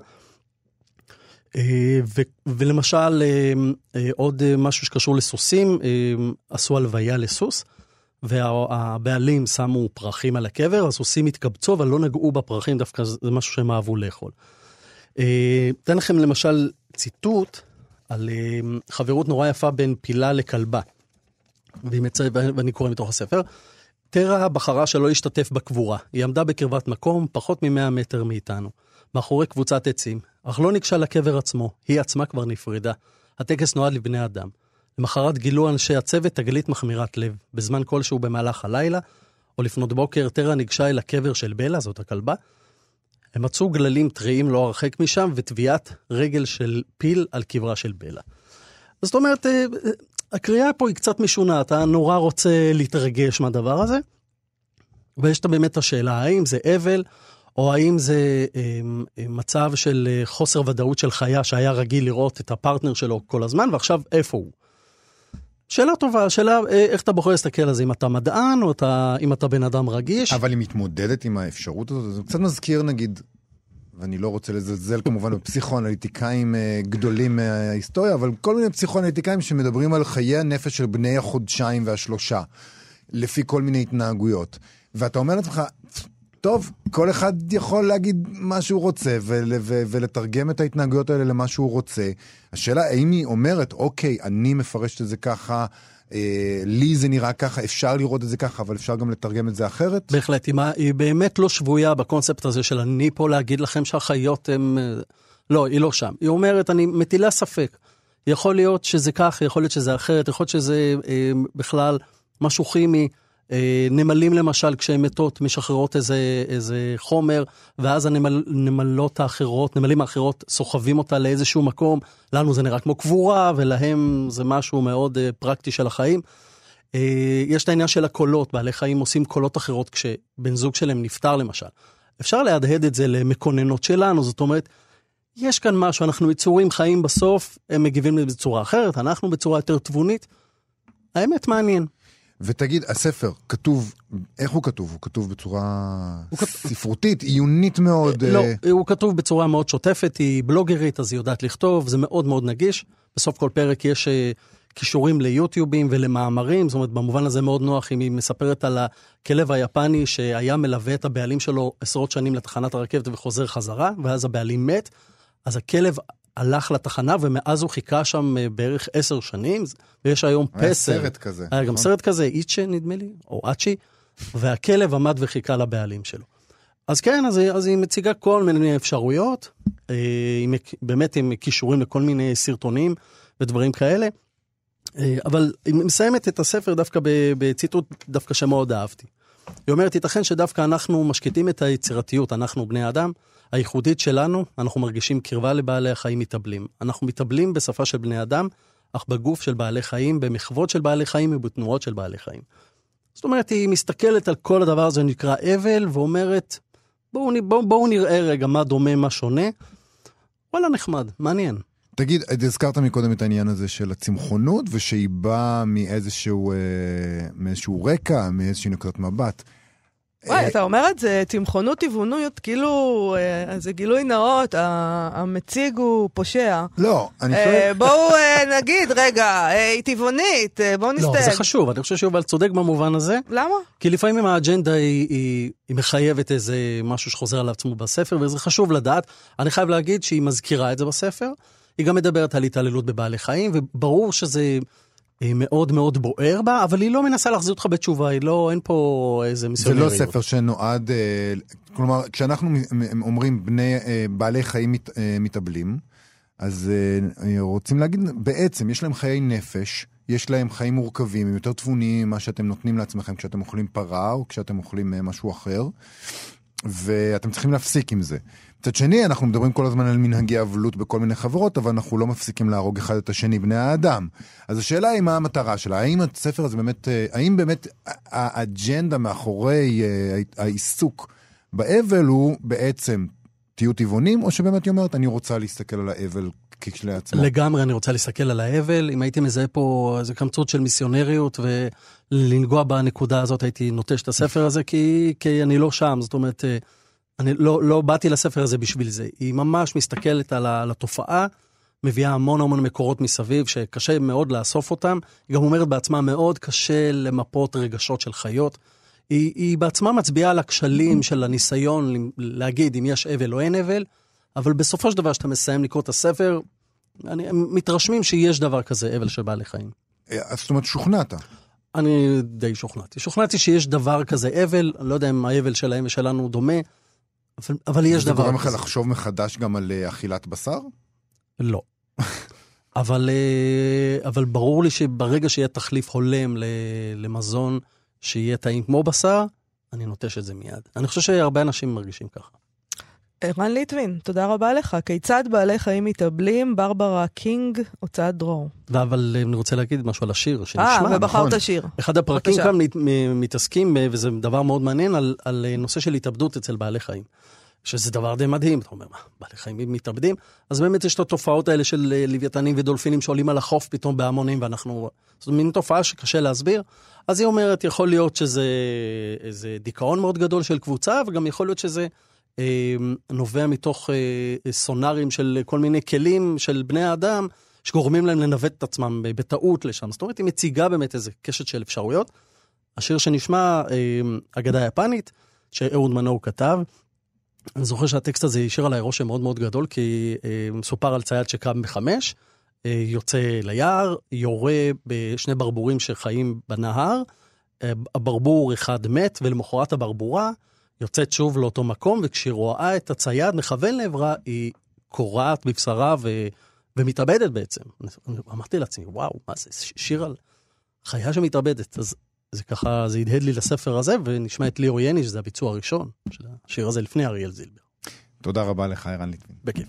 ולמשל, עוד משהו שקשור לסוסים, עשו הלוויה לסוס, והבעלים שמו פרחים על הקבר, הסוסים התקבצו, אבל לא נגעו בפרחים, דווקא זה משהו שהם אהבו לאכול. אתן לכם למשל ציטוט על חברות נורא יפה בין פילה לכלבה. ואני קורא מתוך הספר, טרה בחרה שלא להשתתף בקבורה. היא עמדה בקרבת מקום, פחות מ100 מטר מאיתנו, מאחורי קבוצת עצים, אך לא ניגשה לקבר עצמו, היא עצמה כבר נפרדה. הטקס נועד לבני אדם. למחרת גילו אנשי הצוות תגלית מחמירת לב. בזמן כלשהו במהלך הלילה, או לפנות בוקר, טרה ניגשה אל הקבר של בלה, זאת הכלבה. הם מצאו גללים טריים לא הרחק משם, וטביעת רגל של פיל על קברה של בלה. זאת אומרת, הקריאה פה היא קצת משונה, אתה נורא רוצה להתרגש מהדבר הזה, ויש את באמת השאלה, האם זה אבל, או האם זה מצב של חוסר ודאות של חיה, שהיה רגיל לראות את הפרטנר שלו כל הזמן, ועכשיו איפה הוא? שאלה טובה, שאלה איך אתה בוחר להסתכל על זה, אם אתה מדען, או אם אתה בן אדם רגיש. אבל היא מתמודדת עם האפשרות הזאת, זה קצת מזכיר נגיד, ואני לא רוצה לזלזל כמובן בפסיכואנליטיקאים גדולים מההיסטוריה, אבל כל מיני פסיכואנליטיקאים שמדברים על חיי הנפש של בני החודשיים והשלושה, לפי כל מיני התנהגויות. ואתה אומר לעצמך, טוב, כל אחד יכול להגיד מה שהוא רוצה, ולתרגם את ההתנהגויות האלה למה שהוא רוצה. השאלה, האם היא אומרת, אוקיי, אני מפרשת את זה ככה, לי זה נראה ככה, אפשר לראות את זה ככה, אבל אפשר גם לתרגם את זה אחרת? בהחלט, היא באמת לא שבויה בקונספט הזה של אני פה להגיד לכם שהחיות הם... לא, היא לא שם. היא אומרת, אני מטילה ספק. יכול להיות שזה כך, יכול להיות שזה אחרת, יכול להיות שזה בכלל משהו כימי. נמלים למשל, כשהן מתות, משחררות איזה חומר, ואז נמלים האחרות סוחבים אותה לאיזשהו מקום, לנו זה נראה כמו קבורה, ולהם זה משהו מאוד פרקטי של החיים. יש את העניין של הקולות, בעלי חיים עושים קולות אחרות כשבן זוג שלהם נפטר למשל. אפשר להדהד את זה למקוננות שלנו, זאת אומרת, יש כאן משהו, אנחנו יצורים חיים בסוף, הם מגיבים בצורה אחרת, אנחנו בצורה יותר תבונית. האמת מעניין. ותגיד, הספר כתוב, איך הוא כתוב? הוא כתוב בצורה ספרותית, עיונית מאוד. לא, הוא כתוב בצורה מאוד שוטפת, היא בלוגרית, אז היא יודעת לכתוב, זה מאוד מאוד נגיש. בסוף כל פרק יש קישורים ליוטיובים ולמאמרים, זאת אומרת, במובן הזה מאוד נוח, אם היא מספרת על הכלב היפני שהיה מלווה את הבעלים שלו עשרות שנים לתחנת הרכבת וחוזר חזרה, ואז הבעלים מת, אז הכלב הלך לתחנה, ומאז הוא חיכה שם בערך 10 שנים, ויש היום פסל. היה סרט כזה. היה גם סרט כזה, איצ'ה נדמה לי, או אצ'י, והכלב עמד וחיכה לבעלים שלו. אז כן, אז היא מציגה כל מיני אפשרויות, באמת עם קישורים לכל מיני סרטונים ודברים כאלה, אבל היא מסיימת את הספר דווקא בציטוט דווקא שמאוד אהבתי. היא אומרת, ייתכן שדווקא אנחנו משקיטים את היצירתיות, אנחנו בני אדם, הייחודית שלנו, אנחנו מרגישים קרבה לבעלי החיים מתאבלים. אנחנו מתאבלים בשפה של בני אדם, אך בגוף של בעלי חיים, במחוות של בעלי חיים ובתנועות של בעלי חיים. זאת אומרת, היא מסתכלת על כל הדבר הזה נקרא אבל, ואומרת, בואו נראה רגע מה דומה, מה שונה. וואלה, נחמד, מעניין. תגיד, הזכרת מקודם את העניין הזה של הצמחונות, ושהיא באה מאיזשהו רקע, מאיזושהי נקודת מבט. וואי, אתה אומר את זה, צמחונות טבעוניות, כאילו, זה גילוי נאות, המציג הוא פושע. לא, אני חושב... בואו נגיד, רגע, היא טבעונית, בואו נסתג. לא, זה חשוב, אני חושב שיובל צודק במובן הזה. למה? כי לפעמים אם האג'נדה היא מחייבת איזה משהו שחוזר על עצמו בספר, וזה חשוב לדעת. אני חייב להגיד שהיא מזכירה את זה בספר, היא גם מדברת על התעללות בבעלי חיים, וברור שזה... מאוד מאוד בוער בה, אבל היא לא מנסה להחזיר אותך בתשובה, אין פה איזה מיסיונריות. זה לא ספר שנועד, כלומר, כשאנחנו אומרים בעלי חיים מתאבלים, אז רוצים להגיד, בעצם יש להם חיי נפש, יש להם חיים מורכבים, הם יותר תבוניים ממה שאתם נותנים לעצמכם כשאתם אוכלים פרה, או כשאתם אוכלים משהו אחר, ואתם צריכים להפסיק עם זה. מצד שני, אנחנו מדברים כל הזמן על מנהגי אבלות בכל מיני חברות, אבל אנחנו לא מפסיקים להרוג אחד את השני, בני האדם. אז השאלה היא מה המטרה שלה, האם הספר הזה באמת, האם באמת האג'נדה מאחורי העיסוק באבל הוא בעצם תהיו טבעונים, או שבאמת היא אומרת, אני רוצה להסתכל על האבל כשלי עצמו? לגמרי, אני רוצה להסתכל על האבל, אם הייתי מזהה פה איזה קמצות של מיסיונריות, ולנגוע בנקודה הזאת הייתי נוטש את הספר הזה, כי אני לא שם, זאת אומרת... אני לא באתי לספר הזה בשביל זה. היא ממש מסתכלת על התופעה, מביאה המון מקורות מסביב, שקשה מאוד לאסוף אותם. היא גם אומרת בעצמה, מאוד קשה למפות רגשות של חיות. היא בעצמה מצביעה על הכשלים של הניסיון להגיד אם יש אבל או אין אבל, אבל בסופו של דבר שאתה מסיים לקרוא את הספר, מתרשמים שיש דבר כזה, אבל של בעלי חיים. זאת אומרת, שוכנעת. אני די שוכנעתי. שוכנעתי שיש דבר כזה אבל, אני לא יודע אם האבל שלהם ושלנו דומה, אבל יש דבר... זה גורם לך לחשוב מחדש גם על אכילת בשר? לא. אבל ברור לי שברגע שיהיה תחליף הולם למזון שיהיה טעים כמו בשר, אני נוטש את זה מיד. אני חושב שהרבה אנשים מרגישים ככה. ערן ליטווין, תודה רבה לך. כיצד בעלי חיים מתאבלים? ברברה קינג, הוצאת דרור. אבל אני רוצה להגיד משהו על השיר שנשמע. ובחרת שיר. אחד הפרקים כאן מתעסקים, וזה דבר מאוד מעניין, על נושא של התאבדות אצל בעלי חיים. שזה דבר די מדהים, אתה אומר, בעלי חיים מתאבדים, אז באמת יש את התופעות האלה של לוויתנים ודולפינים שעולים על החוף פתאום בהמונים, זאת מין תופעה שקשה להסביר, אז היא אומרת, יכול להיות שזה איזה דיכאון מאוד גדול של קבוצה, וגם יכול להיות שזה נובע מתוך סונרים של כל מיני כלים של בני האדם, שגורמים להם לנווט את עצמם בטעות לשם. זאת אומרת, היא מציגה באמת איזה קשת של אפשרויות. השיר שנשמע, אגדה יפנית, שאהוד מנור כתב, אני זוכר שהטקסט הזה ישיר עליי רושם מאוד מאוד גדול, כי מסופר על צייד שקם ב5, יוצא ליער, יורה בשני ברבורים שחיים בנהר, הברבור אחד מת, ולמחרת הברבורה יוצאת שוב לאותו מקום, וכשהיא רואה את הצייד מכוון לעברה, היא קורעת בבשרה ומתאבדת בעצם. אמרתי לעצמי, וואו, מה זה? שיר על חיה שמתאבדת. אז זה ככה, זה הדהד לי לספר הזה, ונשמע את ליאור יני, שזה הביצוע הראשון של השיר הזה לפני אריאל זילבר. תודה רבה לך, ערן ליטבין. בכיף.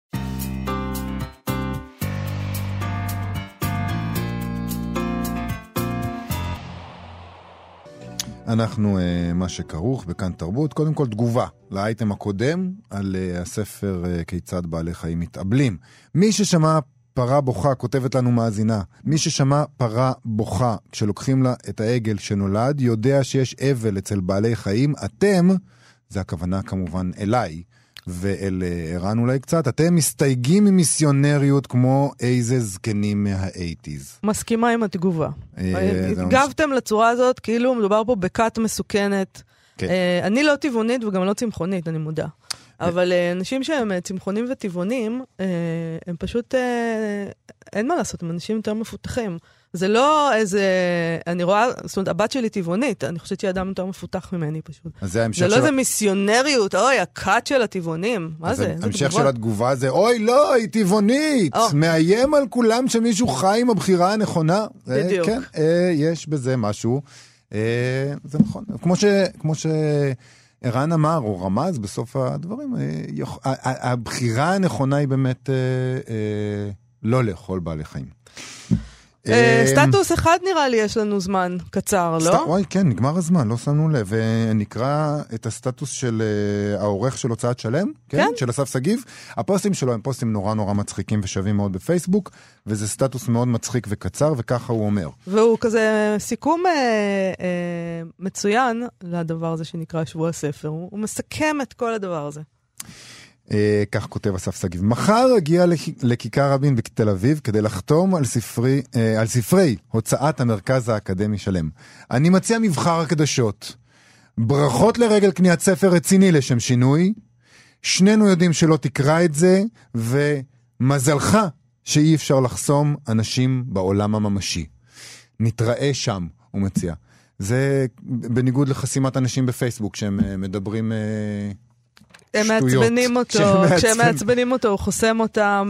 אנחנו מה שכרוך בכאן תרבות. קודם כל תגובה לאייטם הקודם על הספר כיצד בעלי חיים מתאבלים. מי ששמע פרה בוכה, כותבת לנו מאזינה, מי ששמע פרה בוכה כשלוקחים לה את העגל שנולד, יודע שיש אבל אצל בעלי חיים. אתם, זה הכוונה כמובן אליי ואל ערן אולי קצת, אתם מסתייגים ממיסיונריות כמו איזה זקנים מה-80s. מסכימה עם התגובה. הגבתם לצורה הזאת, כאילו מדובר פה בקט מסוכנת. אני לא טבעונית וגם לא צמחונית, אני מודע. אבל אנשים שהם צמחונים וטבעונים, הם פשוט, אין מה לעשות, הם אנשים יותר מפותחים. זה לא איזה, אני רואה, זאת אומרת, הבת שלי טבעונית, אני חושבת שהיא אדם יותר מפותח ממני פשוט. זה לא איזה מיסיונריות, אוי, הקאט של הטבעונים, מה זה? המשך של התגובה זה, אוי, לא, היא טבעונית, מאיים על כולם שמישהו חי עם הבחירה הנכונה. בדיוק. כן, יש בזה משהו, זה נכון. כמו שערן אמר, או רמז בסוף הדברים, הבחירה הנכונה היא באמת לא לאכול בעלי חיים. סטטוס אחד נראה לי יש לנו זמן קצר, לא? וואי, כן, נגמר הזמן, לא שמנו לב. ונקרא את הסטטוס של העורך של הוצאת שלם, כן? של אסף סגיב. הפוסטים שלו הם פוסטים נורא נורא מצחיקים ושווים מאוד בפייסבוק, וזה סטטוס מאוד מצחיק וקצר, וככה הוא אומר. והוא כזה סיכום מצוין לדבר הזה שנקרא שבוע הספר. הוא מסכם את כל הדבר הזה. כך כותב אסף סגיב. מחר אגיע לכיכר רבין בתל אביב כדי לחתום על ספרי הוצאת המרכז האקדמי שלם. אני מציע מבחר הקדשות. ברכות לרגל קניית ספר רציני לשם שינוי. שנינו יודעים שלא תקרא את זה, ומזלך שאי אפשר לחסום אנשים בעולם הממשי. נתראה שם, הוא מציע. זה בניגוד לחסימת אנשים בפייסבוק שהם מדברים הם מעצבנים אותו, כשהם מעצבנים אותו, הוא חוסם אותם,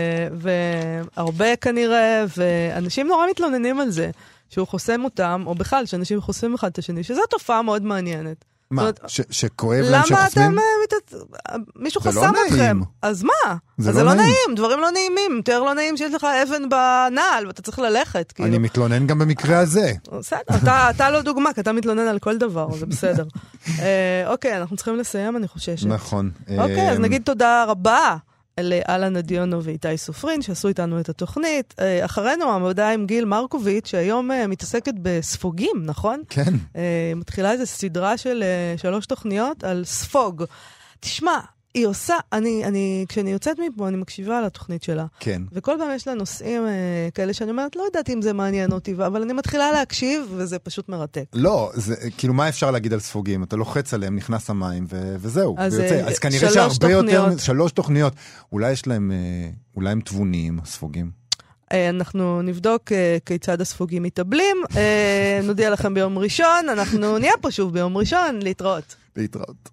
והרבה כנראה, ואנשים נורא מתלוננים על זה, שהוא חוסם אותם, או בכלל, שאנשים חוסמים אחד את השני, שזו תופעה מאוד מעניינת. מה? שכואב להם שחוסמים? למה אתם, מישהו חסם אתכם? אז מה? זה לא נעים, דברים לא נעימים, יותר לא נעים שיש לך אבן בנעל, ואתה צריך ללכת. אני מתלונן גם במקרה הזה. בסדר, אתה לא דוגמה, כי אתה מתלונן על כל דבר, זה בסדר. אוקיי, אנחנו צריכים לסיים, אני חוששת. נכון. אוקיי, אז נגיד תודה רבה לאלן אדיונו ואיתי סופרין, שעשו איתנו את התוכנית. אחרינו, העבודה עם גיל מרקוביץ', שהיום מתעסקת בספוגים, נכון? כן. מתחילה איזו סדרה של 3 תוכניות על ספוג. תשמע, היא עושה, כשאני יוצאת מפה, אני מקשיבה על התוכנית שלה. כן. וכל פעם יש לה נושאים כאלה שאני אומרת, לא יודעת אם זה מעניין אותי, אבל אני מתחילה להקשיב, וזה פשוט מרתק. לא, זה, כאילו, מה אפשר להגיד על ספוגים? אתה לוחץ עליהם, נכנס המים, וזהו. אז כנראה 3 יותר, 3 תוכניות. אולי יש להם, אולי הם תבוניים, הספוגים. אנחנו נבדוק כיצד הספוגים מתאבלים. נודיע לכם ביום ראשון, אנחנו נהיה פה שוב ביום ראשון, להתראות. להתראות.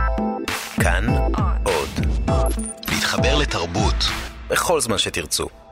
כאן עוד. להתחבר לתרבות בכל זמן שתרצו.